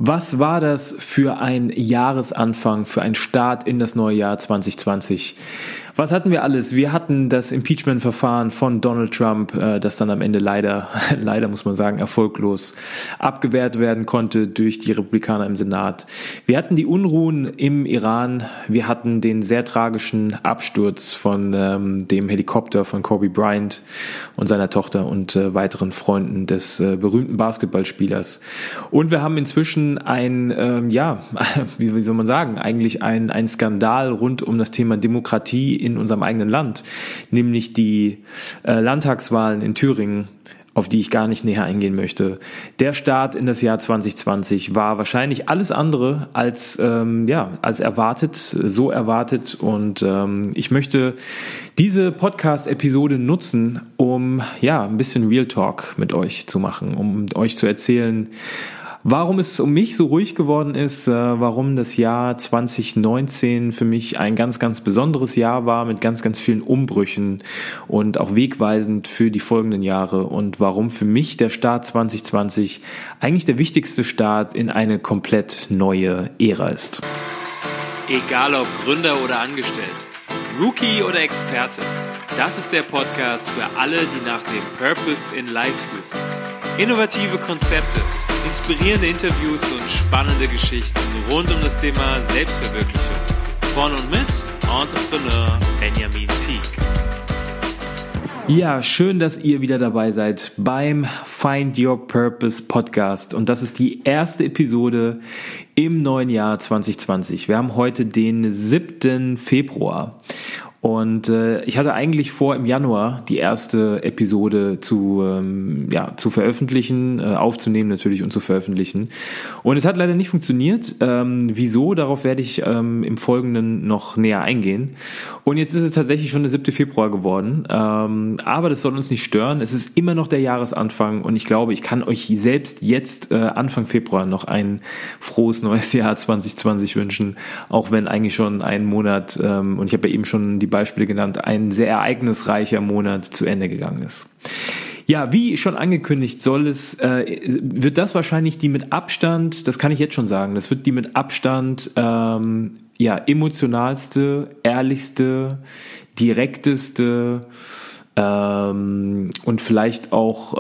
Was war das für ein Jahresanfang, für ein Start in das neue Jahr 2020? Was hatten wir alles? Wir hatten das Impeachment-Verfahren von Donald Trump, das dann am Ende leider muss man sagen, erfolglos abgewehrt werden konnte durch die Republikaner im Senat. Wir hatten die Unruhen im Iran. Wir hatten den sehr tragischen Absturz von dem Helikopter von Kobe Bryant und seiner Tochter und weiteren Freunden des berühmten Basketballspielers. Und wir haben inzwischen wie soll man sagen, eigentlich ein Skandal rund um das Thema Demokratie in unserem eigenen Land, nämlich die Landtagswahlen in Thüringen, auf die ich gar nicht näher eingehen möchte. Der Start in das Jahr 2020 war wahrscheinlich alles andere als erwartet, und ich möchte diese Podcast-Episode nutzen, um ein bisschen Real Talk mit euch zu machen, um euch zu erzählen, warum es um mich so ruhig geworden ist, warum das Jahr 2019 für mich ein ganz, ganz besonderes Jahr war mit ganz, ganz vielen Umbrüchen und auch wegweisend für die folgenden Jahre und warum für mich der Start 2020 eigentlich der wichtigste Start in eine komplett neue Ära ist. Egal ob Gründer oder Angestellt, Rookie oder Experte, das ist der Podcast für alle, die nach dem Purpose in Life suchen. Innovative Konzepte, inspirierende Interviews und spannende Geschichten rund um das Thema Selbstverwirklichung. Von und mit Entrepreneur Benjamin Pieck. Ja, schön, dass ihr wieder dabei seid beim Find Your Purpose Podcast. Und das ist die erste Episode im neuen Jahr 2020. Wir haben heute den 7. Februar. Und ich hatte eigentlich vor, im Januar die erste Episode zu veröffentlichen, aufzunehmen natürlich und zu veröffentlichen. Und es hat leider nicht funktioniert. Wieso? Darauf werde ich im Folgenden noch näher eingehen. Und jetzt ist es tatsächlich schon der 7. Februar geworden. Aber das soll uns nicht stören. Es ist immer noch der Jahresanfang und ich glaube, ich kann euch selbst jetzt Anfang Februar noch ein frohes neues Jahr 2020 wünschen. Auch wenn eigentlich schon ein Monat, und ich habe ja eben schon die Beispiele genannt, ein sehr ereignisreicher Monat zu Ende gegangen ist. Ja, wie schon angekündigt, wird das wahrscheinlich die mit Abstand, das kann ich jetzt schon sagen, das wird die mit Abstand emotionalste, ehrlichste, direkteste und vielleicht auch,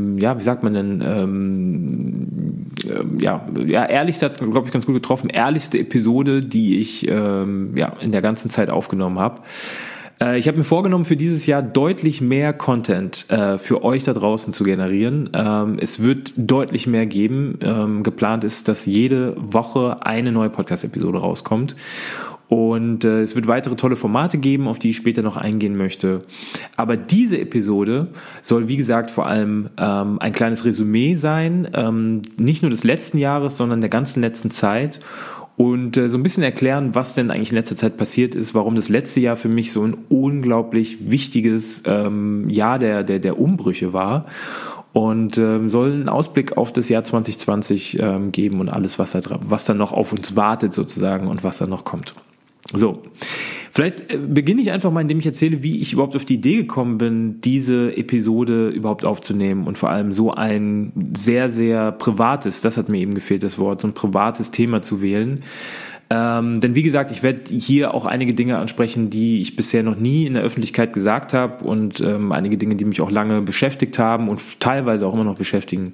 ehrlichste hat es, glaube ich, ganz gut getroffen, ehrlichste Episode, die ich in der ganzen Zeit aufgenommen habe. Ich habe mir vorgenommen, für dieses Jahr deutlich mehr Content für euch da draußen zu generieren. Es wird deutlich mehr geben. Geplant ist, dass jede Woche eine neue Podcast-Episode rauskommt. Und es wird weitere tolle Formate geben, auf die ich später noch eingehen möchte. Aber diese Episode soll, wie gesagt, vor allem ein kleines Resümee sein. Nicht nur des letzten Jahres, sondern der ganzen letzten Zeit. Und so ein bisschen erklären, was denn eigentlich in letzter Zeit passiert ist, warum das letzte Jahr für mich so ein unglaublich wichtiges Jahr der Umbrüche war. Und soll einen Ausblick auf das Jahr 2020 geben und alles, was da noch auf uns wartet sozusagen und was da noch kommt. So, vielleicht beginne ich einfach mal, indem ich erzähle, wie ich überhaupt auf die Idee gekommen bin, diese Episode überhaupt aufzunehmen und vor allem so ein sehr, sehr privates, das hat mir eben gefehlt, das Wort, so ein privates Thema zu wählen. Denn wie gesagt, ich werde hier auch einige Dinge ansprechen, die ich bisher noch nie in der Öffentlichkeit gesagt habe und einige Dinge, die mich auch lange beschäftigt haben und teilweise auch immer noch beschäftigen.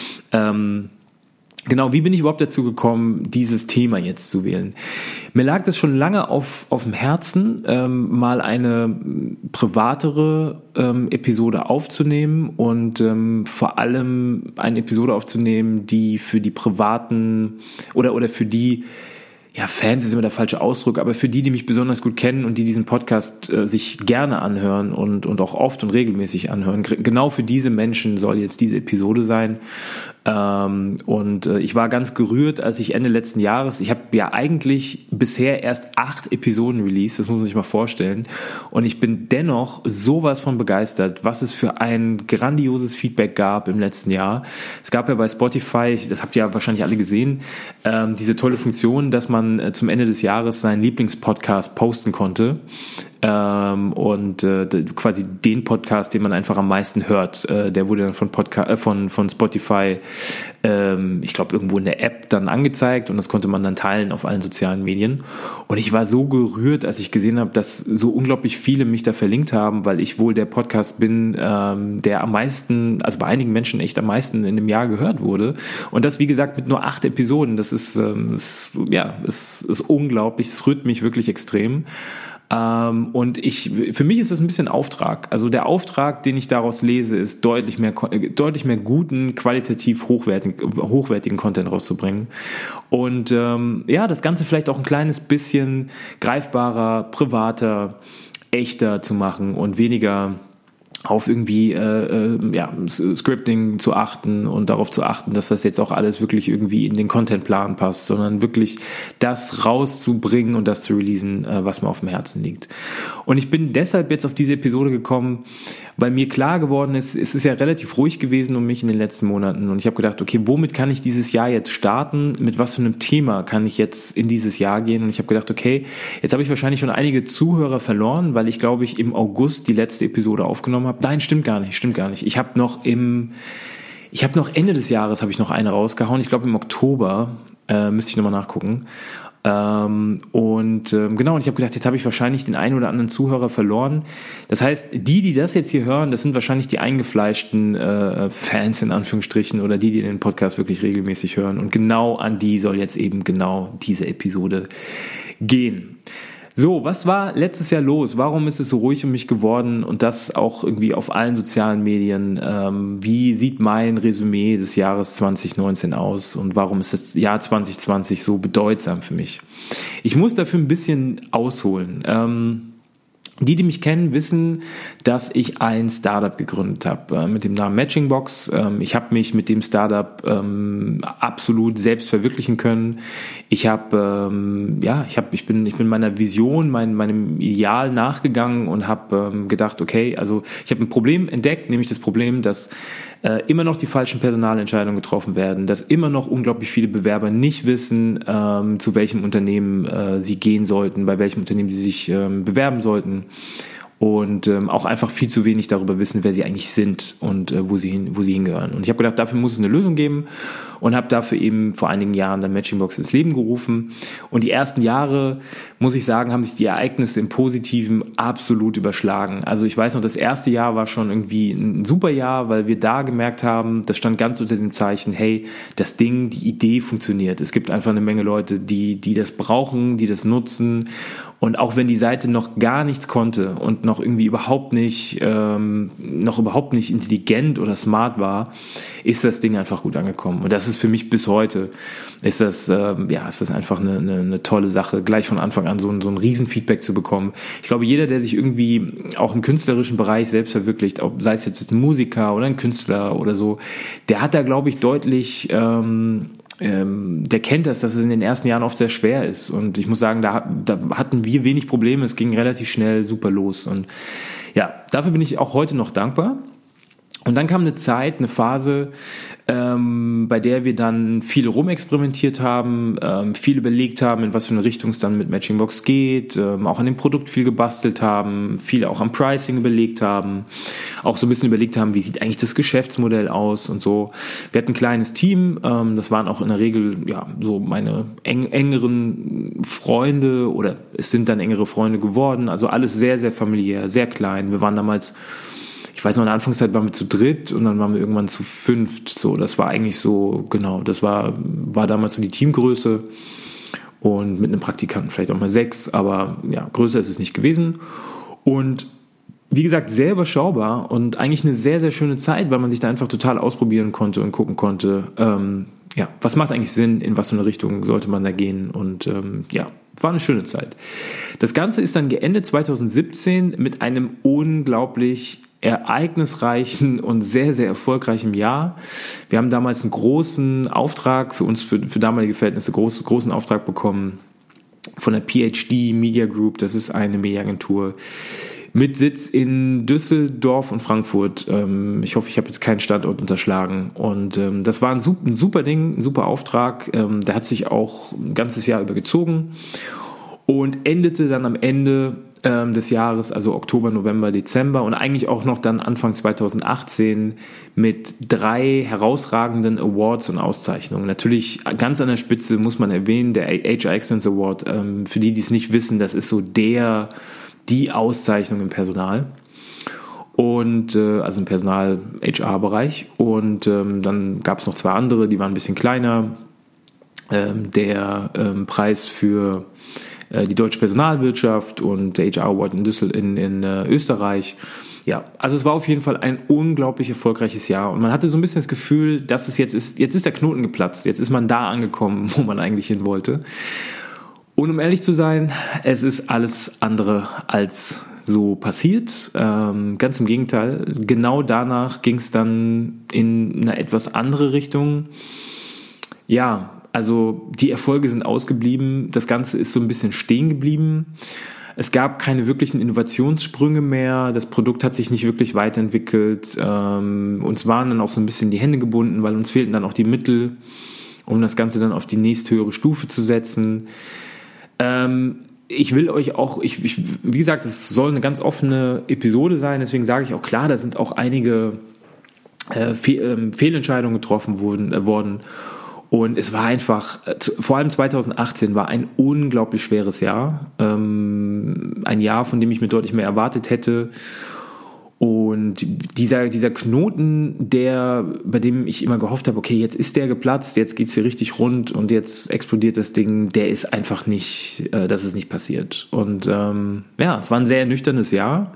Genau, wie bin ich überhaupt dazu gekommen, dieses Thema jetzt zu wählen? Mir lag das schon lange auf dem Herzen, mal eine privatere Episode aufzunehmen und vor allem eine Episode aufzunehmen, die für die privaten oder für die Fans ist immer der falsche Ausdruck, aber für die mich besonders gut kennen und die diesen Podcast sich gerne anhören und auch oft und regelmäßig anhören, genau für diese Menschen soll jetzt diese Episode sein. Ich war ganz gerührt, als ich Ende letzten Jahres, ich habe ja eigentlich bisher erst 8 Episoden released, das muss man sich mal vorstellen, und ich bin dennoch sowas von begeistert, was es für ein grandioses Feedback gab im letzten Jahr. Es gab ja bei Spotify, das habt ihr ja wahrscheinlich alle gesehen, diese tolle Funktion, dass man zum Ende des Jahres seinen Lieblingspodcast posten konnte. quasi den Podcast, den man einfach am meisten hört, der wurde dann von Spotify, ich glaube irgendwo in der App dann angezeigt und das konnte man dann teilen auf allen sozialen Medien. Und ich war so gerührt, als ich gesehen habe, dass so unglaublich viele mich da verlinkt haben, weil ich wohl der Podcast bin, der am meisten, also bei einigen Menschen echt am meisten in einem Jahr gehört wurde. Und das, wie gesagt, mit nur 8 Episoden. Das ist unglaublich. Es rührt mich wirklich extrem. Und für mich ist das ein bisschen Auftrag. Also der Auftrag, den ich daraus lese, ist deutlich mehr guten, qualitativ hochwertigen Content rauszubringen. Und das Ganze vielleicht auch ein kleines bisschen greifbarer, privater, echter zu machen und weniger auf irgendwie Scripting zu achten und darauf zu achten, dass das jetzt auch alles wirklich irgendwie in den Contentplan passt, sondern wirklich das rauszubringen und das zu releasen, was mir auf dem Herzen liegt. Und ich bin deshalb jetzt auf diese Episode gekommen, weil mir klar geworden ist, es ist ja relativ ruhig gewesen um mich in den letzten Monaten und ich habe gedacht, okay, womit kann ich dieses Jahr jetzt starten? Mit was für einem Thema kann ich jetzt in dieses Jahr gehen? Und ich habe gedacht, okay, jetzt habe ich wahrscheinlich schon einige Zuhörer verloren, weil ich glaube ich im August die letzte Episode aufgenommen habe. Nein, stimmt gar nicht. Ich habe noch Ende des Jahres habe ich noch eine rausgehauen. Ich glaube im Oktober, müsste ich nochmal nachgucken. Und ich habe gedacht, jetzt habe ich wahrscheinlich den einen oder anderen Zuhörer verloren. Das heißt, die das jetzt hier hören, das sind wahrscheinlich die eingefleischten Fans in Anführungsstrichen oder die den Podcast wirklich regelmäßig hören. Und genau an die soll jetzt eben genau diese Episode gehen. So, was war letztes Jahr los? Warum ist es so ruhig um mich geworden und das auch irgendwie auf allen sozialen Medien? Wie sieht mein Resümee des Jahres 2019 aus und warum ist das Jahr 2020 so bedeutsam für mich? Ich muss dafür ein bisschen ausholen. Die mich kennen, wissen, dass ich ein Startup gegründet habe mit dem Namen Matchingbox. Ich habe mich mit dem Startup absolut selbst verwirklichen können. Ich bin meiner Vision, meinem Ideal nachgegangen und habe gedacht, okay, also ich habe ein Problem entdeckt, nämlich das Problem, dass immer noch die falschen Personalentscheidungen getroffen werden, dass immer noch unglaublich viele Bewerber nicht wissen, zu welchem Unternehmen sie gehen sollten, bei welchem Unternehmen sie sich bewerben sollten und auch einfach viel zu wenig darüber wissen, wer sie eigentlich sind und wo sie hingehören. Und ich habe gedacht, dafür muss es eine Lösung geben und habe dafür eben vor einigen Jahren dann Matchingbox ins Leben gerufen. Und die ersten Jahre, muss ich sagen, haben sich die Ereignisse im Positiven absolut überschlagen. Also ich weiß noch, das erste Jahr war schon irgendwie ein super Jahr, weil wir da gemerkt haben, das stand ganz unter dem Zeichen, hey, das Ding, die Idee funktioniert. Es gibt einfach eine Menge Leute, die das brauchen, die das nutzen. Und auch wenn die Seite noch gar nichts konnte und noch irgendwie überhaupt nicht intelligent oder smart war, ist das Ding einfach gut angekommen. Und das ist für mich bis heute, ist das einfach eine tolle Sache, gleich von Anfang an so ein Riesenfeedback zu bekommen. Ich glaube, jeder, der sich irgendwie auch im künstlerischen Bereich selbst verwirklicht, ob sei es jetzt ein Musiker oder ein Künstler oder so, der hat da, glaube ich, deutlich der kennt das, dass es in den ersten Jahren oft sehr schwer ist. Und ich muss sagen, da hatten wir wenig Probleme. Es ging relativ schnell super los. Und ja, dafür bin ich auch heute noch dankbar. Und dann kam eine Phase, bei der wir dann viel rumexperimentiert haben, viel überlegt haben, in was für eine Richtung es dann mit Matchingbox geht, auch an dem Produkt viel gebastelt haben, viel auch am Pricing überlegt haben, auch so ein bisschen überlegt haben, wie sieht eigentlich das Geschäftsmodell aus und so. Wir hatten ein kleines Team, das waren auch in der Regel so meine engeren Freunde oder es sind dann engere Freunde geworden, also alles sehr, sehr familiär, sehr klein. Wir waren damals, ich weiß noch, in der Anfangszeit waren wir zu dritt und dann waren wir irgendwann zu fünft. So, das war eigentlich so, genau, das war damals so die Teamgröße und mit einem Praktikanten vielleicht auch mal 6, aber ja, größer ist es nicht gewesen. Und wie gesagt, sehr überschaubar und eigentlich eine sehr, sehr schöne Zeit, weil man sich da einfach total ausprobieren konnte und gucken konnte, was macht eigentlich Sinn, in was für eine Richtung sollte man da gehen und war eine schöne Zeit. Das Ganze ist dann geendet 2017 mit einem unglaublich ereignisreichen und sehr, sehr erfolgreichen Jahr. Wir haben damals einen großen Auftrag, für uns, für damalige Verhältnisse, großen Auftrag bekommen von der PhD Media Group. Das ist eine Mediaagentur mit Sitz in Düsseldorf und Frankfurt. Ich hoffe, ich habe jetzt keinen Standort unterschlagen. Und das war ein super Ding, ein super Auftrag. Der hat sich auch ein ganzes Jahr über gezogen und endete dann am Ende des Jahres, also Oktober, November, Dezember und eigentlich auch noch dann Anfang 2018 mit 3 herausragenden Awards und Auszeichnungen. Natürlich ganz an der Spitze muss man erwähnen, der HR Excellence Award. Für die es nicht wissen, das ist so die Auszeichnung im Personal. Und also im Personal-HR-Bereich. Und dann gab es noch 2 andere, die waren ein bisschen kleiner. Der Preis für die deutsche Personalwirtschaft und der HR Award in Österreich. Ja, also es war auf jeden Fall ein unglaublich erfolgreiches Jahr und man hatte so ein bisschen das Gefühl, dass es jetzt ist der Knoten geplatzt, jetzt ist man da angekommen, wo man eigentlich hin wollte. Und um ehrlich zu sein, es ist alles andere als so passiert. Ganz im Gegenteil, genau danach ging es dann in eine etwas andere Richtung. Ja, also die Erfolge sind ausgeblieben, das Ganze ist so ein bisschen stehen geblieben. Es gab keine wirklichen Innovationssprünge mehr, das Produkt hat sich nicht wirklich weiterentwickelt. Uns waren dann auch so ein bisschen die Hände gebunden, weil uns fehlten dann auch die Mittel, um das Ganze dann auf die nächsthöhere Stufe zu setzen. Ich will euch auch, wie gesagt, es soll eine ganz offene Episode sein, deswegen sage ich auch klar, da sind auch einige Fehlentscheidungen getroffen worden. Und es war einfach, vor allem 2018 war ein unglaublich schweres Jahr. Ein Jahr, von dem ich mir deutlich mehr erwartet hätte. Und dieser Knoten, bei dem ich immer gehofft habe, okay, jetzt ist der geplatzt, jetzt geht's hier richtig rund und jetzt explodiert das Ding, der ist einfach nicht, das ist nicht passiert. Und es war ein sehr nüchternes Jahr.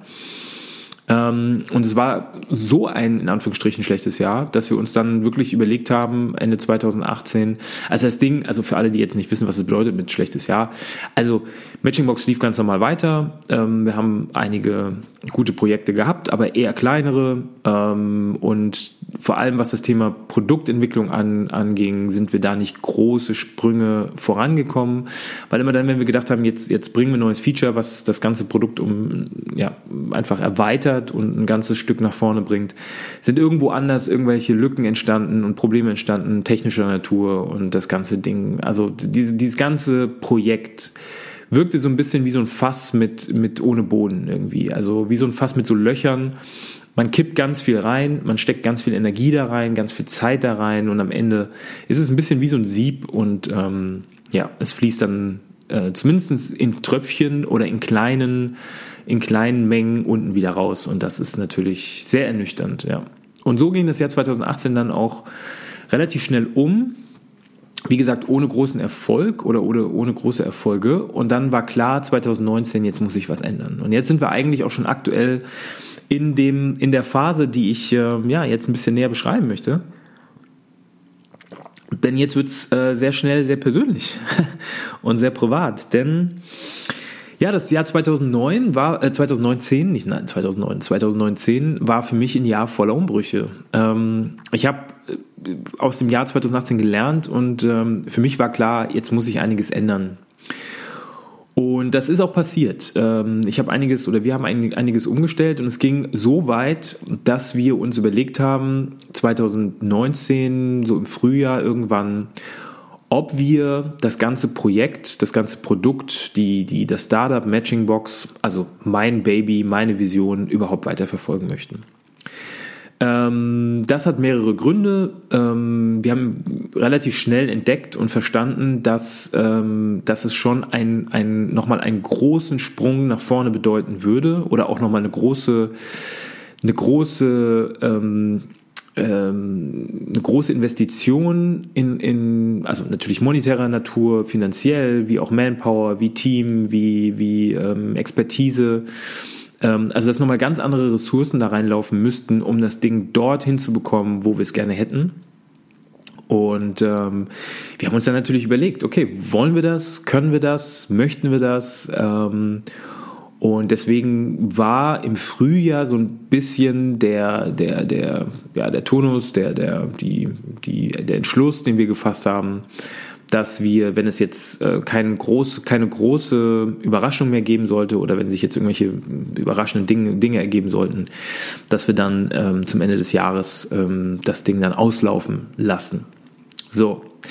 Und es war so ein, in Anführungsstrichen, schlechtes Jahr, dass wir uns dann wirklich überlegt haben, Ende 2018, also das Ding, also für alle, die jetzt nicht wissen, was es bedeutet mit schlechtes Jahr, also Matchingbox lief ganz normal weiter, wir haben einige gute Projekte gehabt, aber eher kleinere und vor allem, was das Thema Produktentwicklung anging, sind wir da nicht große Sprünge vorangekommen, weil immer dann, wenn wir gedacht haben, jetzt bringen wir ein neues Feature, was das ganze Produkt einfach erweitert und ein ganzes Stück nach vorne bringt, sind irgendwo anders irgendwelche Lücken entstanden und Probleme entstanden, technischer Natur und das ganze Ding, also dieses ganze Projekt wirkte so ein bisschen wie so ein Fass mit ohne Boden irgendwie, also wie so ein Fass mit so Löchern. Man kippt ganz viel rein, man steckt ganz viel Energie da rein, ganz viel Zeit da rein und am Ende ist es ein bisschen wie so ein Sieb und es fließt dann zumindest in Tröpfchen oder in kleinen Mengen unten wieder raus und das ist natürlich sehr ernüchternd, ja. Und so ging das Jahr 2018 dann auch relativ schnell um. Wie gesagt, ohne großen Erfolg oder ohne große Erfolge. Und dann war klar, 2019, jetzt muss sich was ändern. Und jetzt sind wir eigentlich auch schon aktuell in der Phase, die ich jetzt ein bisschen näher beschreiben möchte. Denn jetzt wird's sehr schnell sehr persönlich und sehr privat. Denn ja, das Jahr 2019 war für mich ein Jahr voller Umbrüche. Ich habe aus dem Jahr 2018 gelernt und für mich war klar, jetzt muss sich einiges ändern. Und das ist auch passiert. Wir haben einiges umgestellt und es ging so weit, dass wir uns überlegt haben, 2019, so im Frühjahr irgendwann, ob wir das ganze Projekt, das ganze Produkt, das Startup Matchingbox, also mein Baby, meine Vision, überhaupt weiterverfolgen möchten. Das hat mehrere Gründe. Wir haben relativ schnell entdeckt und verstanden, dass es schon nochmal einen großen Sprung nach vorne bedeuten würde oder auch nochmal eine große Investition also natürlich monetärer Natur, finanziell, wie auch Manpower, wie Team, wie Expertise. Also dass nochmal ganz andere Ressourcen da reinlaufen müssten, um das Ding dorthin zu bekommen, wo wir es gerne hätten. Und wir haben uns dann natürlich überlegt, okay, wollen wir das, können wir das, möchten wir das? Und deswegen war im Frühjahr so ein bisschen der Tonus, der Entschluss, den wir gefasst haben, dass wir, wenn es jetzt keine große Überraschung mehr geben sollte oder wenn sich jetzt irgendwelche überraschenden Dinge ergeben sollten, dass wir dann zum Ende des Jahres das Ding dann auslaufen lassen. So,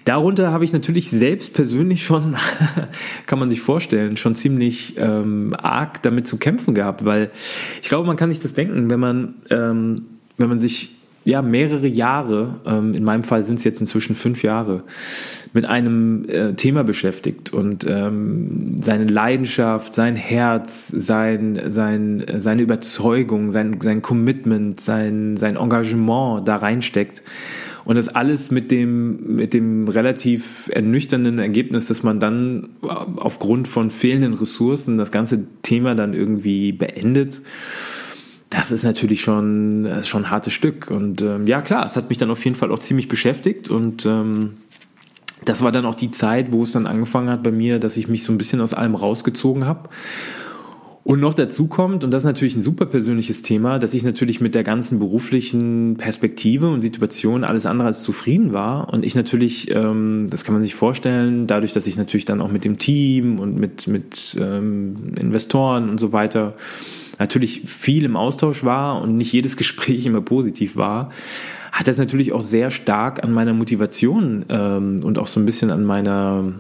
Darunter habe ich natürlich selbst persönlich schon, kann man sich vorstellen, schon ziemlich arg damit zu kämpfen gehabt, weil ich glaube, man kann sich das denken, wenn man sich mehrere Jahre, in meinem Fall sind es jetzt inzwischen 5 Jahre, mit einem Thema beschäftigt und seine Leidenschaft, sein Herz, seine Überzeugung, sein Commitment, sein Engagement da reinsteckt und das alles mit dem relativ ernüchternden Ergebnis, dass man dann aufgrund von fehlenden Ressourcen das ganze Thema dann irgendwie beendet. Das ist natürlich schon ein hartes Stück. Und klar, es hat mich dann auf jeden Fall auch ziemlich beschäftigt. Und das war dann auch die Zeit, wo es dann angefangen hat bei mir, dass ich mich so ein bisschen aus allem rausgezogen habe. Und noch dazu kommt, und das ist natürlich ein super persönliches Thema, dass ich natürlich mit der ganzen beruflichen Perspektive und Situation alles andere als zufrieden war. Und ich natürlich, das kann man sich vorstellen, dadurch, dass ich natürlich dann auch mit dem Team und mit Investoren und so weiter natürlich viel im Austausch war und nicht jedes Gespräch immer positiv war, hat das natürlich auch sehr stark an meiner Motivation und auch so ein bisschen an meiner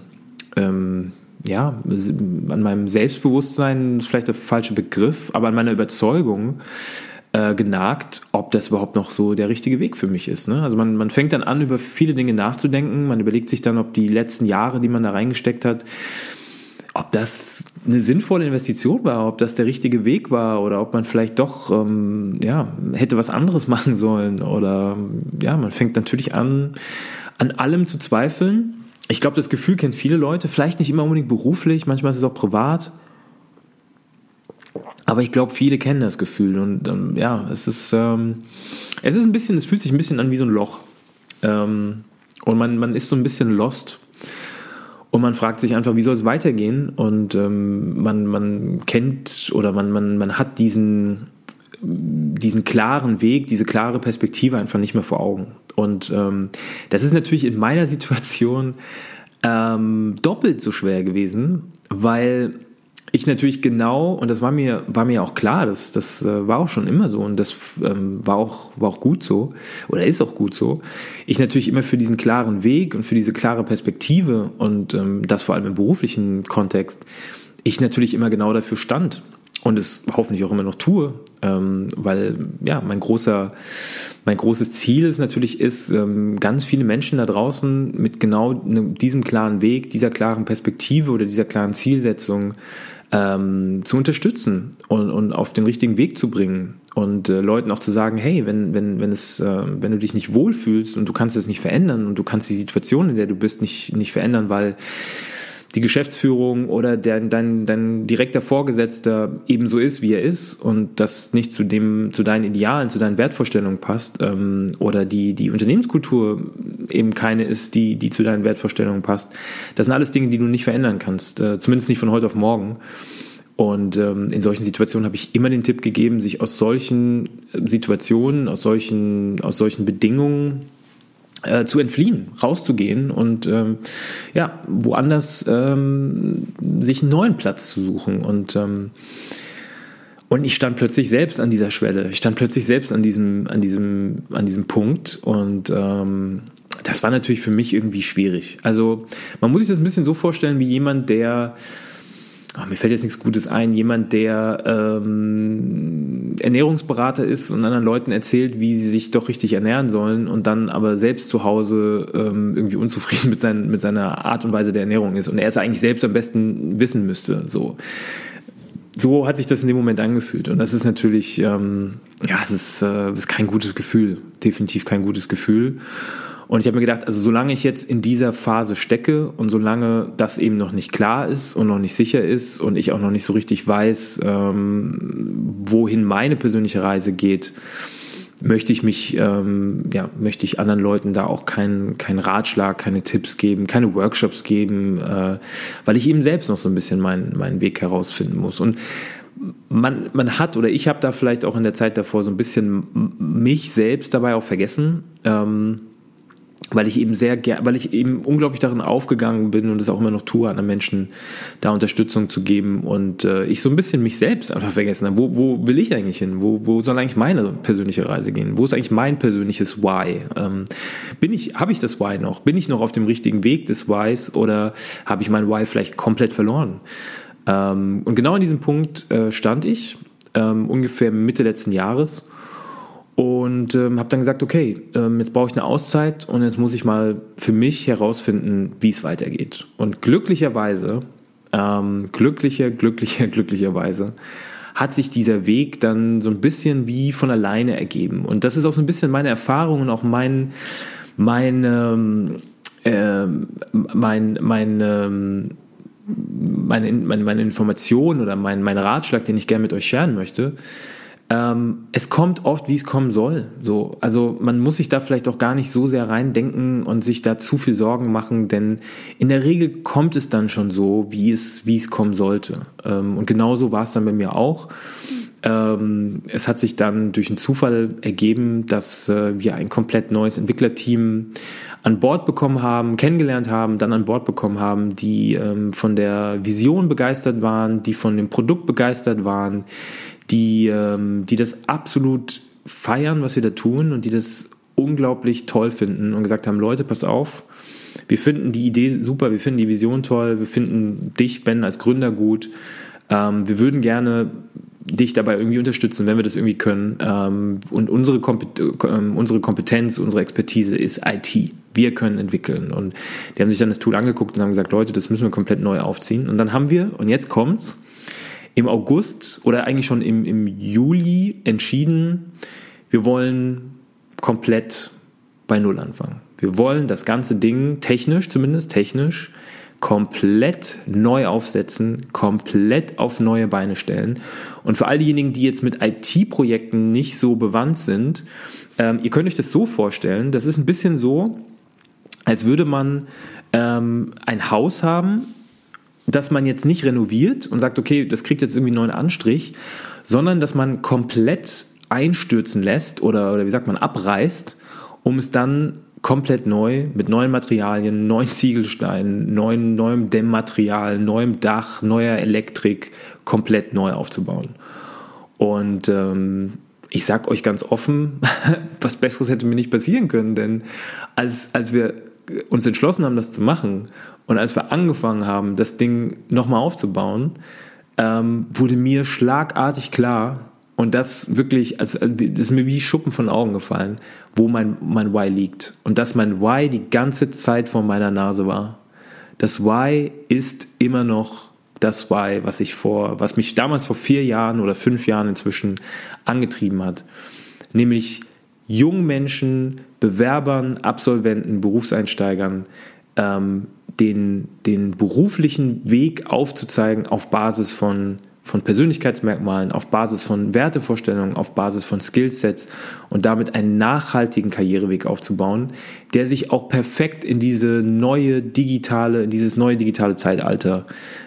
an meinem Selbstbewusstsein, ist vielleicht der falsche Begriff, aber an meiner Überzeugung genagt, ob das überhaupt noch so der richtige Weg für mich ist. Ne? Also man fängt dann an, über viele Dinge nachzudenken, man überlegt sich dann, ob die letzten Jahre, die man da reingesteckt hat, ob das eine sinnvolle Investition war, ob das der richtige Weg war oder ob man vielleicht doch hätte was anderes machen sollen oder man fängt natürlich an allem zu zweifeln. Ich glaube, das Gefühl kennen viele Leute, vielleicht nicht immer unbedingt beruflich, manchmal ist es auch privat, aber ich glaube, viele kennen das Gefühl und es ist ein bisschen, es fühlt sich ein bisschen an wie so ein Loch und man ist so ein bisschen lost. Und man fragt sich einfach, wie soll es weitergehen? Und man kennt oder man hat diesen klaren Weg, diese klare Perspektive einfach nicht mehr vor Augen. Und das ist natürlich in meiner Situation doppelt so schwer gewesen, weil ich natürlich genau, und das war mir auch klar, das war auch schon immer so und das war auch gut so oder ist auch gut so, ich natürlich immer für diesen klaren Weg und für diese klare Perspektive und das vor allem im beruflichen Kontext, ich natürlich immer genau dafür stand und es hoffentlich auch immer noch tue, weil mein großes Ziel ist natürlich ganz viele Menschen da draußen mit genau diesem klaren Weg, dieser klaren Perspektive oder dieser klaren Zielsetzung zu unterstützen und auf den richtigen Weg zu bringen und Leuten auch zu sagen, hey, wenn du dich nicht wohlfühlst und du kannst es nicht verändern und du kannst die Situation, in der du bist, nicht verändern, weil die Geschäftsführung oder dein direkter Vorgesetzter ebenso ist, wie er ist und das nicht zu deinen Idealen, zu deinen Wertvorstellungen passt oder die Unternehmenskultur eben keine ist, die zu deinen Wertvorstellungen passt. Das sind alles Dinge, die du nicht verändern kannst, zumindest nicht von heute auf morgen. Und in solchen Situationen habe ich immer den Tipp gegeben, sich aus solchen Situationen, aus solchen Bedingungen zu entfliehen, rauszugehen und woanders sich einen neuen Platz zu suchen. Und ich stand plötzlich selbst an dieser Schwelle. Ich stand plötzlich selbst an diesem Punkt. Und das war natürlich für mich irgendwie schwierig. Also man muss sich das ein bisschen so vorstellen wie jemand, der mir fällt jetzt nichts Gutes ein, jemand, der Ernährungsberater ist und anderen Leuten erzählt, wie sie sich doch richtig ernähren sollen und dann aber selbst zu Hause irgendwie unzufrieden mit seiner Art und Weise der Ernährung ist und er es eigentlich selbst am besten wissen müsste. So hat sich das in dem Moment angefühlt und das ist natürlich, es ist kein gutes Gefühl, definitiv kein gutes Gefühl. Und ich habe mir gedacht, also solange ich jetzt in dieser Phase stecke und solange das eben noch nicht klar ist und noch nicht sicher ist und ich auch noch nicht so richtig weiß, wohin meine persönliche Reise geht, möchte ich anderen Leuten da auch keinen Ratschlag, keine Tipps geben, keine Workshops geben, weil ich eben selbst noch so ein bisschen meinen Weg herausfinden muss. Und man hat, oder ich habe da vielleicht auch in der Zeit davor so ein bisschen mich selbst dabei auch vergessen, weil ich eben unglaublich darin aufgegangen bin und es auch immer noch tue, anderen Menschen da Unterstützung zu geben und ich so ein bisschen mich selbst einfach vergessen habe. Wo will ich eigentlich hin? Wo soll eigentlich meine persönliche Reise gehen? Wo ist eigentlich mein persönliches Why? Habe ich das Why noch? Bin ich noch auf dem richtigen Weg des Whys oder habe ich mein Why vielleicht komplett verloren? Und genau an diesem Punkt stand ich, ungefähr Mitte letzten Jahres. Und habe dann gesagt, okay, jetzt brauche ich eine Auszeit und jetzt muss ich mal für mich herausfinden, wie es weitergeht. Und glücklicherweise hat sich dieser Weg dann so ein bisschen wie von alleine ergeben. Und das ist auch so ein bisschen meine Erfahrung und auch meine Information oder mein Ratschlag, den ich gerne mit euch scheren möchte. Es kommt oft, wie es kommen soll. So, also man muss sich da vielleicht auch gar nicht so sehr reindenken und sich da zu viel Sorgen machen, denn in der Regel kommt es dann schon so, wie es kommen sollte. Und genauso war es dann bei mir auch. Es hat sich dann durch einen Zufall ergeben, dass wir ein komplett neues Entwicklerteam an Bord bekommen haben, kennengelernt haben, dann an Bord bekommen haben, die von der Vision begeistert waren, die von dem Produkt begeistert waren, die das absolut feiern, was wir da tun und die das unglaublich toll finden und gesagt haben, Leute, passt auf, wir finden die Idee super, wir finden die Vision toll, wir finden dich, Ben, als Gründer gut, wir würden gerne dich dabei irgendwie unterstützen, wenn wir das irgendwie können, und unsere Kompetenz, unsere Expertise ist IT, wir können entwickeln und die haben sich dann das Tool angeguckt und haben gesagt, Leute, das müssen wir komplett neu aufziehen und dann haben wir, und jetzt kommt's, im August oder eigentlich schon im Juli entschieden, wir wollen komplett bei Null anfangen. Wir wollen das ganze Ding zumindest technisch, komplett neu aufsetzen, komplett auf neue Beine stellen. Und für all diejenigen, die jetzt mit IT-Projekten nicht so bewandt sind, ihr könnt euch das so vorstellen, das ist ein bisschen so, als würde man ein Haus haben, dass man jetzt nicht renoviert und sagt, okay, das kriegt jetzt irgendwie einen neuen Anstrich, sondern dass man komplett einstürzen lässt oder wie sagt man, abreißt, um es dann komplett neu mit neuen Materialien, neuen Ziegelsteinen, neuem Dämmmaterial, neuem Dach, neuer Elektrik komplett neu aufzubauen. Und ich sag euch ganz offen, was Besseres hätte mir nicht passieren können, denn als wir uns entschlossen haben, das zu machen und als wir angefangen haben, das Ding nochmal aufzubauen, wurde mir schlagartig klar, und das wirklich, das ist mir wie Schuppen von den Augen gefallen, wo mein Why liegt. Und dass mein Why die ganze Zeit vor meiner Nase war. Das Why ist immer noch das Why, was mich damals vor 4 Jahren oder 5 Jahren inzwischen angetrieben hat. Nämlich jungen Menschen, Bewerbern, Absolventen, Berufseinsteigern den beruflichen Weg aufzuzeigen auf Basis von Persönlichkeitsmerkmalen, auf Basis von Wertevorstellungen, auf Basis von Skillsets und damit einen nachhaltigen Karriereweg aufzubauen, der sich auch perfekt in dieses neue digitale Zeitalter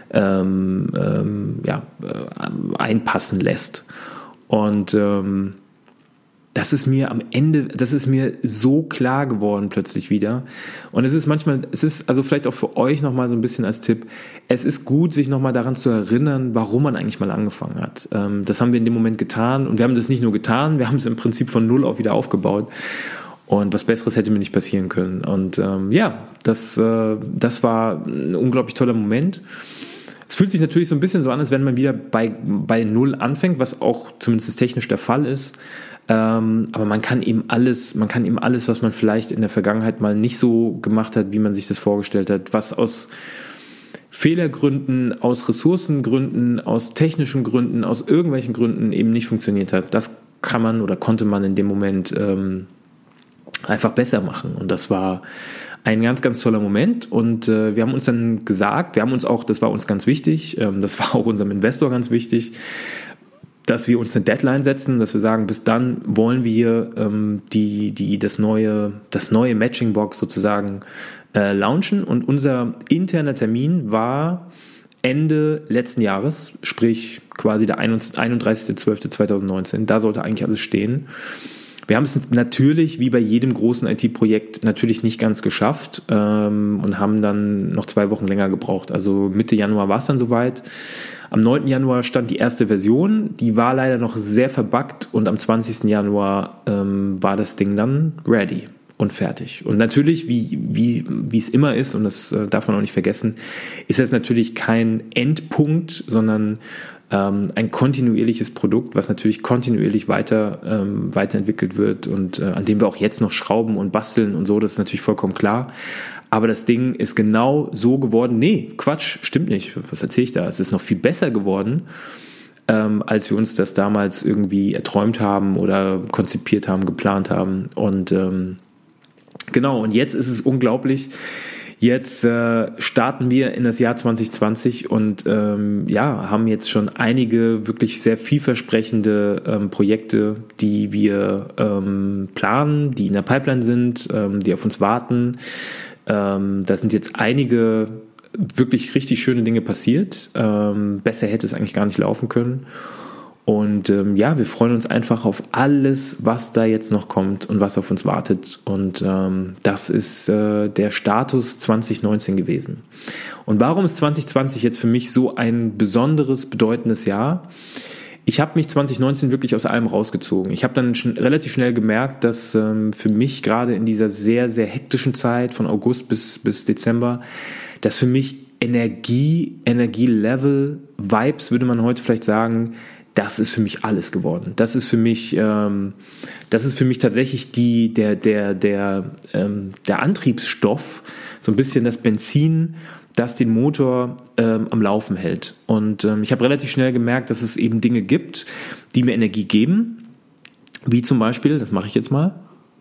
einpassen lässt. Und das ist mir so klar geworden plötzlich wieder. Und es ist also vielleicht auch für euch nochmal so ein bisschen als Tipp, es ist gut, sich nochmal daran zu erinnern, warum man eigentlich mal angefangen hat. Das haben wir in dem Moment getan und wir haben das nicht nur getan, wir haben es im Prinzip von null auf wieder aufgebaut. Und was Besseres hätte mir nicht passieren können. Und das war ein unglaublich toller Moment. Es fühlt sich natürlich so ein bisschen so an, als wenn man wieder bei Null anfängt, was auch zumindest technisch der Fall ist. Aber man kann eben alles, was man vielleicht in der Vergangenheit mal nicht so gemacht hat, wie man sich das vorgestellt hat, was aus Fehlergründen, aus Ressourcengründen, aus technischen Gründen, aus irgendwelchen Gründen eben nicht funktioniert hat, das kann man oder konnte man in dem Moment einfach besser machen. Und das war ein ganz, ganz toller Moment. Und wir haben uns dann gesagt, das war uns ganz wichtig, das war auch unserem Investor ganz wichtig, dass wir uns eine Deadline setzen, dass wir sagen, bis dann wollen wir das neue Matching-Box sozusagen launchen. Und unser interner Termin war Ende letzten Jahres, sprich quasi der 31.12.2019. Da sollte eigentlich alles stehen. Wir haben es natürlich, wie bei jedem großen IT-Projekt, natürlich nicht ganz geschafft und haben dann noch 2 Wochen länger gebraucht. Also Mitte Januar war es dann soweit. Am 9. Januar stand die erste Version, die war leider noch sehr verbuggt und am 20. Januar war das Ding dann ready und fertig. Und natürlich, wie es immer ist, und das darf man auch nicht vergessen, ist das natürlich kein Endpunkt, sondern ein kontinuierliches Produkt, was natürlich kontinuierlich weiterentwickelt wird und an dem wir auch jetzt noch schrauben und basteln und so, das ist natürlich vollkommen klar. Aber das Ding ist genau so geworden. Nee, Quatsch, stimmt nicht. Was erzähle ich da? Es ist noch viel besser geworden, als wir uns das damals irgendwie erträumt haben oder konzipiert haben, geplant haben. Und genau, und jetzt ist es unglaublich. Jetzt starten wir in das Jahr 2020 und haben jetzt schon einige wirklich sehr vielversprechende Projekte, die wir planen, die in der Pipeline sind, die auf uns warten. Da sind jetzt einige wirklich richtig schöne Dinge passiert. Besser hätte es eigentlich gar nicht laufen können. Und wir freuen uns einfach auf alles, was da jetzt noch kommt und was auf uns wartet. Und das ist der Status 2019 gewesen. Und warum ist 2020 jetzt für mich so ein besonderes, bedeutendes Jahr? Ich habe mich 2019 wirklich aus allem rausgezogen. Ich habe dann relativ schnell gemerkt, dass für mich gerade in dieser sehr, sehr hektischen Zeit von August bis Dezember, dass für mich Energielevel, Vibes, würde man heute vielleicht sagen, das ist für mich alles geworden. Das ist für mich tatsächlich der Antriebsstoff, so ein bisschen das Benzin, das den Motor am Laufen hält. Und ich habe relativ schnell gemerkt, dass es eben Dinge gibt, die mir Energie geben, wie zum Beispiel, das mache ich jetzt mal,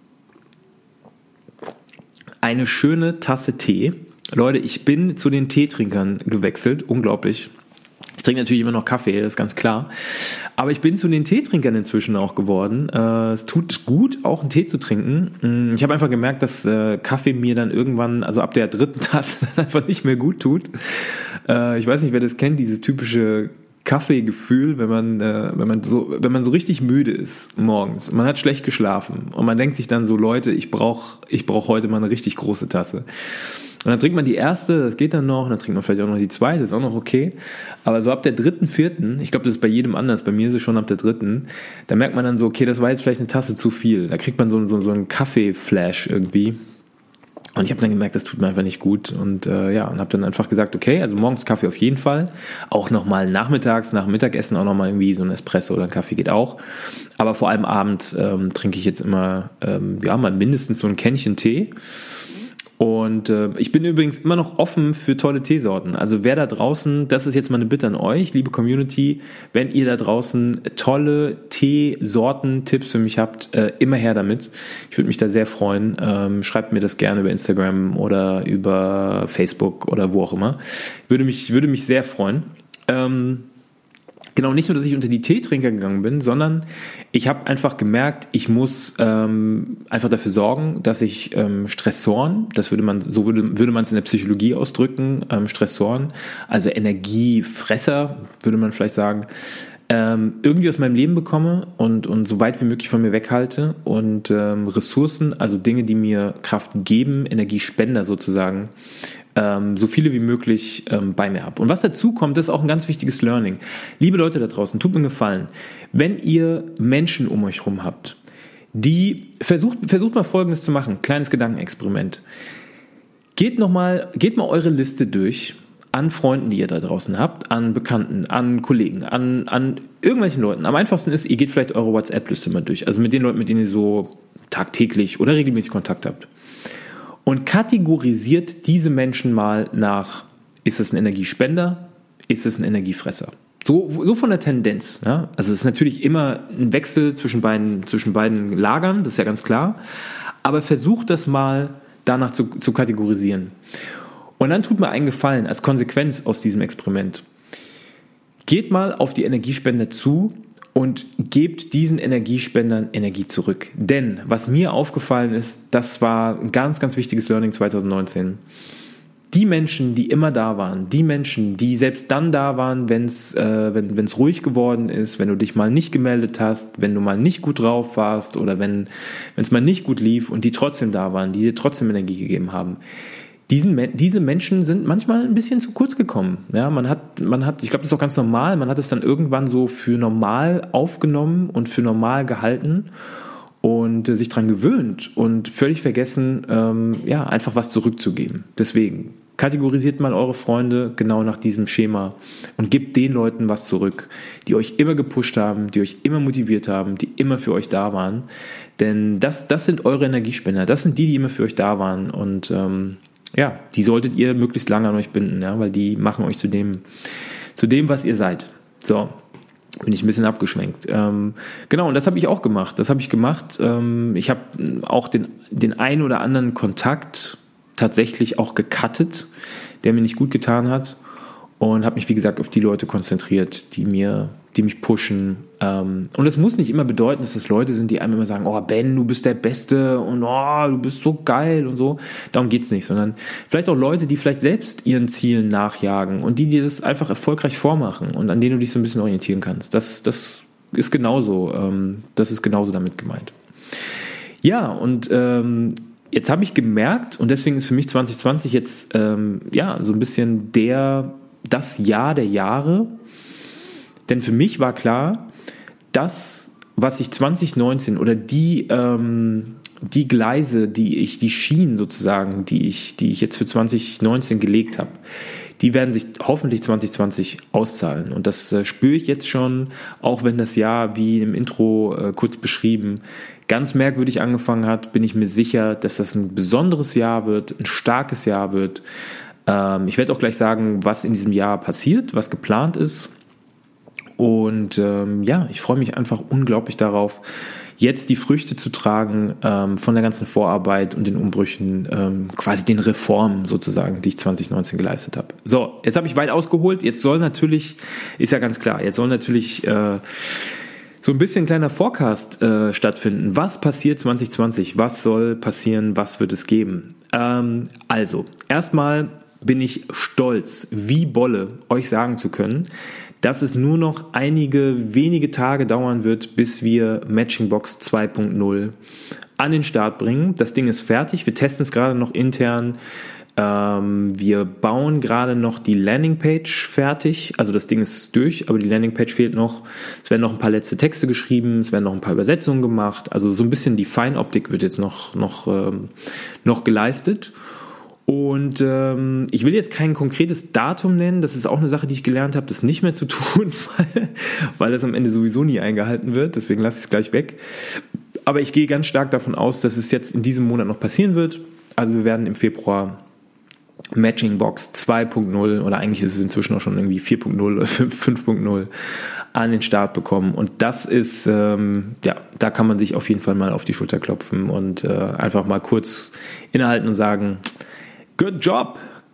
eine schöne Tasse Tee. Leute, ich bin zu den Teetrinkern gewechselt, unglaublich. Ich trinke natürlich immer noch Kaffee, das ist ganz klar. Aber ich bin zu den Teetrinkern inzwischen auch geworden. Es tut gut, auch einen Tee zu trinken. Ich habe einfach gemerkt, dass Kaffee mir dann irgendwann, also ab der 3. Tasse, einfach nicht mehr gut tut. Ich weiß nicht, wer das kennt, dieses typische Kaffeegefühl, wenn man so richtig müde ist morgens. Man hat schlecht geschlafen und man denkt sich dann so, Leute, ich brauch heute mal eine richtig große Tasse. Und dann trinkt man die erste, das geht dann noch, und dann trinkt man vielleicht auch noch die zweite, das ist auch noch okay. Aber so ab der 3., 4., ich glaube, das ist bei jedem anders, bei mir ist es schon ab der 3., da merkt man dann so, okay, das war jetzt vielleicht eine Tasse zu viel. Da kriegt man so einen Kaffee-Flash irgendwie. Und ich habe dann gemerkt, das tut mir einfach nicht gut. Und und habe dann einfach gesagt, okay, also morgens Kaffee auf jeden Fall. Auch nochmal nachmittags, nach dem Mittagessen auch nochmal irgendwie so ein Espresso oder ein Kaffee geht auch. Aber vor allem abends trinke ich jetzt immer mal mindestens so ein Kännchen Tee. Und ich bin übrigens immer noch offen für tolle Teesorten. Also wer da draußen, das ist jetzt mal eine Bitte an euch, liebe Community, wenn ihr da draußen tolle Teesorten, Tipps für mich habt, immer her damit. Ich würde mich da sehr freuen. Schreibt mir das gerne über Instagram oder über Facebook oder wo auch immer. Würde mich sehr freuen. Genau, nicht nur, dass ich unter die Teetrinker gegangen bin, sondern ich habe einfach gemerkt, ich muss einfach dafür sorgen, dass ich Stressoren, würde man es in der Psychologie ausdrücken, Stressoren, also Energiefresser, würde man vielleicht sagen, irgendwie aus meinem Leben bekomme und so weit wie möglich von mir weghalte und Ressourcen, also Dinge, die mir Kraft geben, Energiespender sozusagen, so viele wie möglich bei mir habe. Und was dazu kommt, das ist auch ein ganz wichtiges Learning. Liebe Leute da draußen, tut mir einen Gefallen. Wenn ihr Menschen um euch herum habt, die versucht mal Folgendes zu machen, kleines Gedankenexperiment. Geht mal eure Liste durch an Freunden, die ihr da draußen habt, an Bekannten, an Kollegen, an irgendwelchen Leuten. Am einfachsten ist, ihr geht vielleicht eure WhatsApp-Liste mal durch, also mit den Leuten, mit denen ihr so tagtäglich oder regelmäßig Kontakt habt. Und kategorisiert diese Menschen mal nach, ist es ein Energiespender, ist es ein Energiefresser? So von der Tendenz. Ja? Also es ist natürlich immer ein Wechsel zwischen beiden Lagern, das ist ja ganz klar. Aber versucht das mal danach zu kategorisieren. Und dann tut mir einen Gefallen als Konsequenz aus diesem Experiment. Geht mal auf die Energiespender zu und gebt diesen Energiespendern Energie zurück. Denn was mir aufgefallen ist, das war ein ganz, ganz wichtiges Learning 2019. die Menschen, die immer da waren, die Menschen, die selbst dann da waren, wenn es ruhig geworden ist, wenn du dich mal nicht gemeldet hast, wenn du mal nicht gut drauf warst oder wenn es mal nicht gut lief und die trotzdem da waren, die dir trotzdem Energie gegeben haben. Diese Menschen sind manchmal ein bisschen zu kurz gekommen. Ja, man hat, ich glaube, das ist auch ganz normal, man hat es dann irgendwann so für normal aufgenommen und für normal gehalten und sich dran gewöhnt und völlig vergessen, einfach was zurückzugeben. Deswegen kategorisiert mal eure Freunde genau nach diesem Schema und gebt den Leuten was zurück, die euch immer gepusht haben, die euch immer motiviert haben, die immer für euch da waren. Denn das sind eure Energiespender, das sind die immer für euch da waren und die solltet ihr möglichst lange an euch binden, ja, weil die machen euch zu dem, was ihr seid. So, bin ich ein bisschen abgeschwenkt. Genau, und das habe ich auch gemacht. Ich habe auch den einen oder anderen Kontakt tatsächlich auch gecuttet, der mir nicht gut getan hat und habe mich, wie gesagt, auf die Leute konzentriert, die mich pushen. Und es muss nicht immer bedeuten, dass das Leute sind, die einem immer sagen, oh Ben, du bist der Beste und oh, du bist so geil und so. Darum geht's nicht, sondern vielleicht auch Leute, die vielleicht selbst ihren Zielen nachjagen und die dir das einfach erfolgreich vormachen und an denen du dich so ein bisschen orientieren kannst. Das ist genauso, damit gemeint. Ja, und jetzt habe ich gemerkt, und deswegen ist für mich 2020 jetzt so ein bisschen das Jahr der Jahre. Denn für mich war klar, das, was ich 2019 oder die Gleise, die Schienen sozusagen, die ich jetzt für 2019 gelegt habe, die werden sich hoffentlich 2020 auszahlen. Und das spüre ich jetzt schon, auch wenn das Jahr, wie im Intro kurz beschrieben, ganz merkwürdig angefangen hat, bin ich mir sicher, dass das ein besonderes Jahr wird, ein starkes Jahr wird. Ich werde auch gleich sagen, was in diesem Jahr passiert, was geplant ist. Und ich freue mich einfach unglaublich darauf, jetzt die Früchte zu tragen von der ganzen Vorarbeit und den Umbrüchen, quasi den Reformen sozusagen, die ich 2019 geleistet habe. So, jetzt habe ich weit ausgeholt. Jetzt soll natürlich, ist ja ganz klar, so ein bisschen ein kleiner Forecast stattfinden. Was passiert 2020? Was soll passieren? Was wird es geben? Also, erstmal bin ich stolz, wie Bolle, euch sagen zu können, dass es nur noch einige wenige Tage dauern wird, bis wir Matchingbox 2.0 an den Start bringen. Das Ding ist fertig, wir testen es gerade noch intern. Wir bauen gerade noch die Landingpage fertig, also das Ding ist durch, aber die Landingpage fehlt noch. Es werden noch ein paar letzte Texte geschrieben, es werden noch ein paar Übersetzungen gemacht, also so ein bisschen die Feinoptik wird jetzt noch geleistet. Und ich will jetzt kein konkretes Datum nennen, das ist auch eine Sache, die ich gelernt habe, das nicht mehr zu tun, weil das am Ende sowieso nie eingehalten wird, deswegen lasse ich es gleich weg. Aber ich gehe ganz stark davon aus, dass es jetzt in diesem Monat noch passieren wird. Also wir werden im Februar Matchingbox 2.0 oder eigentlich ist es inzwischen auch schon irgendwie 4.0 oder 5.0 an den Start bekommen. Und das ist, da kann man sich auf jeden Fall mal auf die Schulter klopfen und einfach mal kurz innehalten und sagen, good job.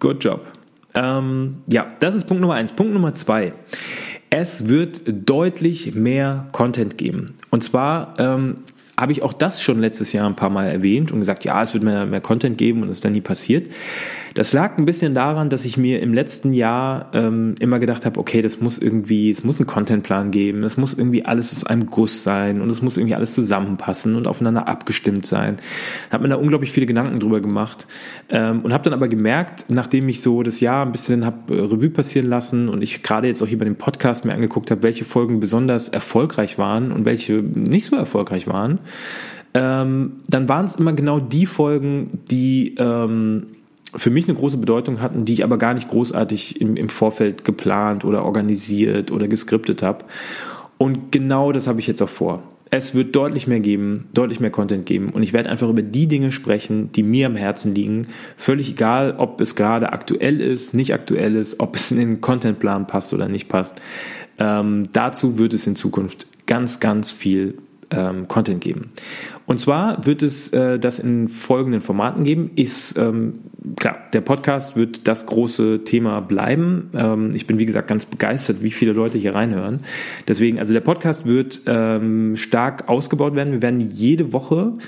Das ist Punkt Nummer 1. Punkt Nummer 2. Es wird deutlich mehr Content geben. Und zwar habe ich auch das schon letztes Jahr ein paar Mal erwähnt und gesagt, ja, es wird mehr Content geben und es ist dann nie passiert. Das lag ein bisschen daran, dass ich mir im letzten Jahr immer gedacht habe, okay, es muss einen Contentplan geben, es muss irgendwie alles aus einem Guss sein und es muss irgendwie alles zusammenpassen und aufeinander abgestimmt sein. Habe mir da unglaublich viele Gedanken drüber gemacht und habe dann aber gemerkt, nachdem ich so das Jahr ein bisschen habe Revue passieren lassen und ich gerade jetzt auch hier bei dem Podcast mir angeguckt habe, welche Folgen besonders erfolgreich waren und welche nicht so erfolgreich waren, dann waren es immer genau die Folgen, die für mich eine große Bedeutung hatten, die ich aber gar nicht großartig im Vorfeld geplant oder organisiert oder geskriptet habe. Und genau das habe ich jetzt auch vor. Es wird deutlich mehr Content geben und ich werde einfach über die Dinge sprechen, die mir am Herzen liegen. Völlig egal, ob es gerade aktuell ist, nicht aktuell ist, ob es in den Contentplan passt oder nicht passt. Dazu wird es in Zukunft ganz, ganz viel Content geben. Und zwar wird es das in folgenden Formaten geben. Klar, der Podcast wird das große Thema bleiben. Ich bin, wie gesagt, ganz begeistert, wie viele Leute hier reinhören. Deswegen, also der Podcast wird stark ausgebaut werden. Wir werden jede Woche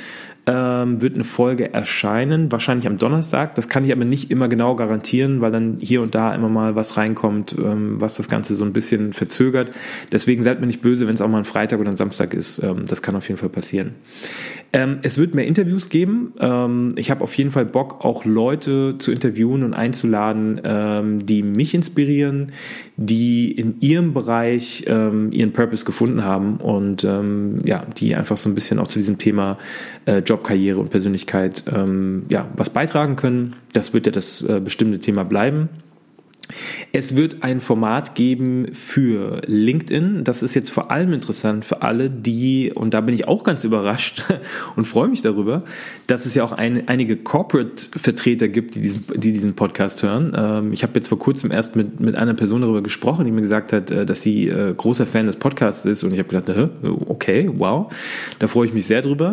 wird eine Folge erscheinen, wahrscheinlich am Donnerstag. Das kann ich aber nicht immer genau garantieren, weil dann hier und da immer mal was reinkommt, was das Ganze so ein bisschen verzögert. Deswegen seid mir nicht böse, wenn es auch mal ein Freitag oder ein Samstag ist. Das kann auf jeden Fall passieren. Es wird mehr Interviews geben. Ich habe auf jeden Fall Bock, auch Leute zu interviewen und einzuladen, die mich inspirieren, die in ihrem Bereich ihren Purpose gefunden haben und die einfach so ein bisschen auch zu diesem Thema Job, Karriere und Persönlichkeit was beitragen können. Das wird ja das bestimmte Thema bleiben. Es wird ein Format geben für LinkedIn. Das ist jetzt vor allem interessant für alle, die, und da bin ich auch ganz überrascht und freue mich darüber, dass es ja auch einige Corporate-Vertreter gibt, die diesen Podcast hören. Ich habe jetzt vor kurzem erst mit einer Person darüber gesprochen, die mir gesagt hat, dass sie großer Fan des Podcasts ist, und ich habe gedacht, okay, wow, da freue ich mich sehr drüber.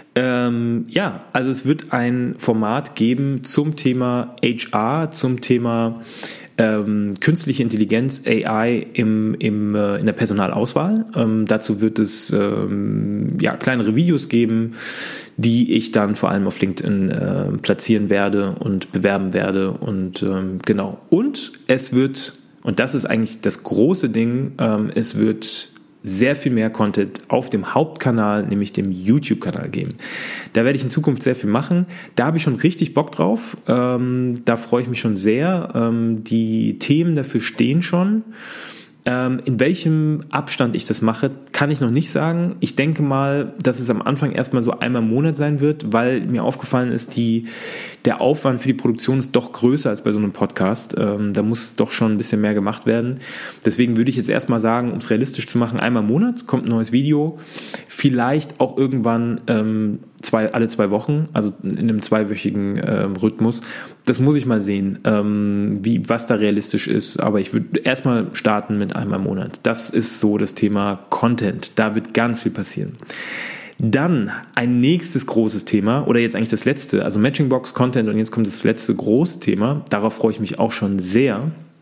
Also es wird ein Format geben zum Thema HR, zum Thema künstliche Intelligenz, AI in der Personalauswahl. Dazu wird es kleinere Videos geben, die ich dann vor allem auf LinkedIn platzieren werde und bewerben werde. Und genau. Und es wird, und das ist eigentlich das große Ding, es wird sehr viel mehr Content auf dem Hauptkanal, nämlich dem YouTube-Kanal geben. Da werde ich in Zukunft sehr viel machen. Da habe ich schon richtig Bock drauf. Da freue ich mich schon sehr. Die Themen dafür stehen schon. In welchem Abstand ich das mache, kann ich noch nicht sagen. Ich denke mal, dass es am Anfang erstmal so einmal im Monat sein wird, weil mir aufgefallen ist, der Aufwand für die Produktion ist doch größer als bei so einem Podcast. Da muss doch schon ein bisschen mehr gemacht werden. Deswegen würde ich jetzt erstmal sagen, um es realistisch zu machen, einmal im Monat kommt ein neues Video. Vielleicht auch irgendwann alle 2 Wochen, also in einem 2-wöchigen Rhythmus. Das muss ich mal sehen, was da realistisch ist. Aber ich würde erstmal starten mit einmal im Monat. Das ist so das Thema Content. Da wird ganz viel passieren. Dann ein nächstes großes Thema, oder jetzt eigentlich das letzte, also Matchingbox, Content, und jetzt kommt das letzte große Thema. Darauf freue ich mich auch schon sehr.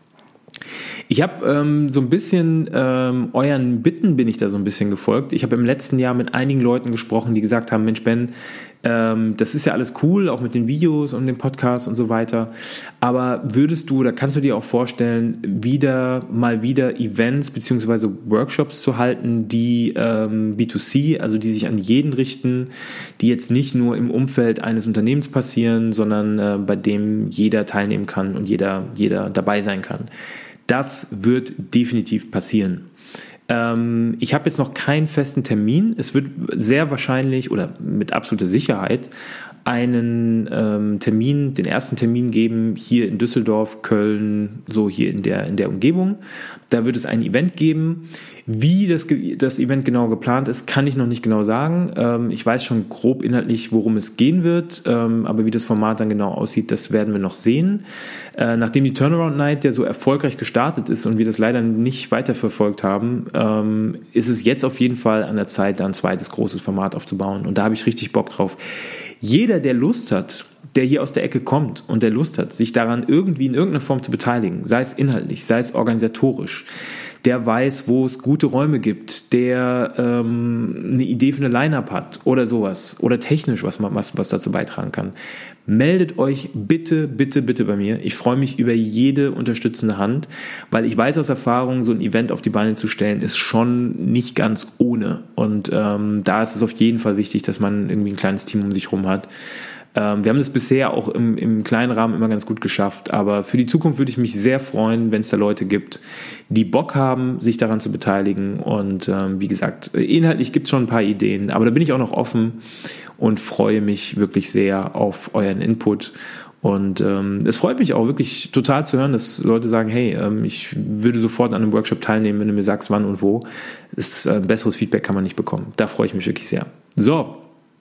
Ich habe so ein bisschen euren Bitten bin ich da so ein bisschen gefolgt. Ich habe im letzten Jahr mit einigen Leuten gesprochen, die gesagt haben, Mensch Ben, das ist ja alles cool, auch mit den Videos und dem Podcast und so weiter. Aber kannst du dir auch vorstellen, mal wieder Events bzw. Workshops zu halten, die B2C, also die sich an jeden richten, die jetzt nicht nur im Umfeld eines Unternehmens passieren, sondern bei dem jeder teilnehmen kann und jeder dabei sein kann. Das wird definitiv passieren. Ich habe jetzt noch keinen festen Termin. Es wird sehr wahrscheinlich oder mit absoluter Sicherheit einen den ersten Termin geben hier in Düsseldorf, Köln, so hier in der Umgebung. Da wird es ein Event geben. Wie das Event genau geplant ist, kann ich noch nicht genau sagen. Ich weiß schon grob inhaltlich, worum es gehen wird, aber wie das Format dann genau aussieht, das werden wir noch sehen. Nachdem die Turnaround Night ja so erfolgreich gestartet ist und wir das leider nicht weiterverfolgt haben, ist es jetzt auf jeden Fall an der Zeit, da ein zweites großes Format aufzubauen. Und da habe ich richtig Bock drauf. Jeder, der Lust hat, der hier aus der Ecke kommt und der Lust hat, sich daran irgendwie in irgendeiner Form zu beteiligen, sei es inhaltlich, sei es organisatorisch, der weiß, wo es gute Räume gibt, der eine Idee für eine Line-Up hat oder sowas oder technisch was dazu beitragen kann. Meldet euch bitte, bitte, bitte bei mir. Ich freue mich über jede unterstützende Hand, weil ich weiß aus Erfahrung, so ein Event auf die Beine zu stellen, ist schon nicht ganz ohne. Und da ist es auf jeden Fall wichtig, dass man irgendwie ein kleines Team um sich herum hat. Wir haben das bisher auch im kleinen Rahmen immer ganz gut geschafft, aber für die Zukunft würde ich mich sehr freuen, wenn es da Leute gibt, die Bock haben, sich daran zu beteiligen. Und wie gesagt, inhaltlich gibt es schon ein paar Ideen, aber da bin ich auch noch offen und freue mich wirklich sehr auf euren Input. Und es freut mich auch wirklich total zu hören, dass Leute sagen, hey, ich würde sofort an einem Workshop teilnehmen, wenn du mir sagst, wann und wo. Besseres Feedback kann man nicht bekommen. Da freue ich mich wirklich sehr. So,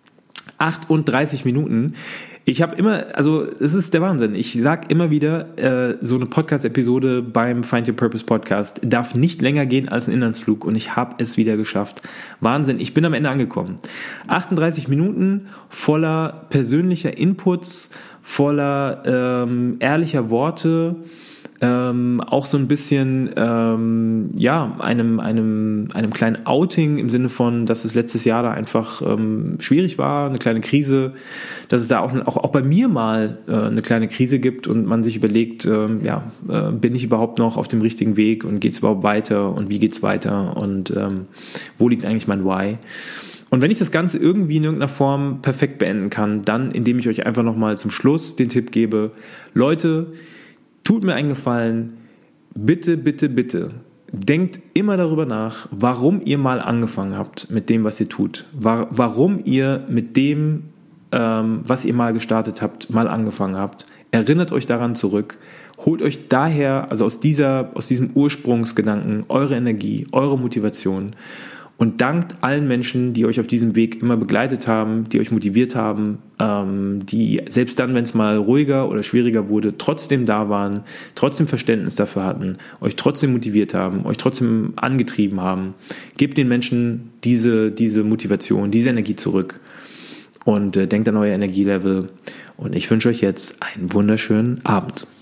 38 Minuten. Ich habe immer, also es ist der Wahnsinn. Ich sage immer wieder, so eine Podcast-Episode beim Find Your Purpose Podcast darf nicht länger gehen als ein Inlandsflug, und ich habe es wieder geschafft. Wahnsinn, ich bin am Ende angekommen. 38 Minuten voller persönlicher Inputs, voller ehrlicher Worte, auch so ein bisschen einem kleinen Outing im Sinne von, dass es letztes Jahr da einfach schwierig war, eine kleine Krise, dass es da auch bei mir mal eine kleine Krise gibt und man sich überlegt, bin ich überhaupt noch auf dem richtigen Weg und geht's überhaupt weiter und wie geht's weiter und wo liegt eigentlich mein Why? Und wenn ich das Ganze irgendwie in irgendeiner Form perfekt beenden kann, dann indem ich euch einfach nochmal zum Schluss den Tipp gebe, Leute, tut mir einen Gefallen, bitte, bitte, bitte, denkt immer darüber nach, warum ihr mal angefangen habt mit dem, was ihr tut. Warum ihr mit dem, was ihr mal gestartet habt, mal angefangen habt. Erinnert euch daran zurück. Holt euch daher, also aus diesem Ursprungsgedanken, eure Energie, eure Motivation und dankt allen Menschen, die euch auf diesem Weg immer begleitet haben, die euch motiviert haben, die selbst dann, wenn es mal ruhiger oder schwieriger wurde, trotzdem da waren, trotzdem Verständnis dafür hatten, euch trotzdem motiviert haben, euch trotzdem angetrieben haben. Gebt den Menschen diese Motivation, diese Energie zurück und denkt an euer Energielevel. Und ich wünsche euch jetzt einen wunderschönen Abend.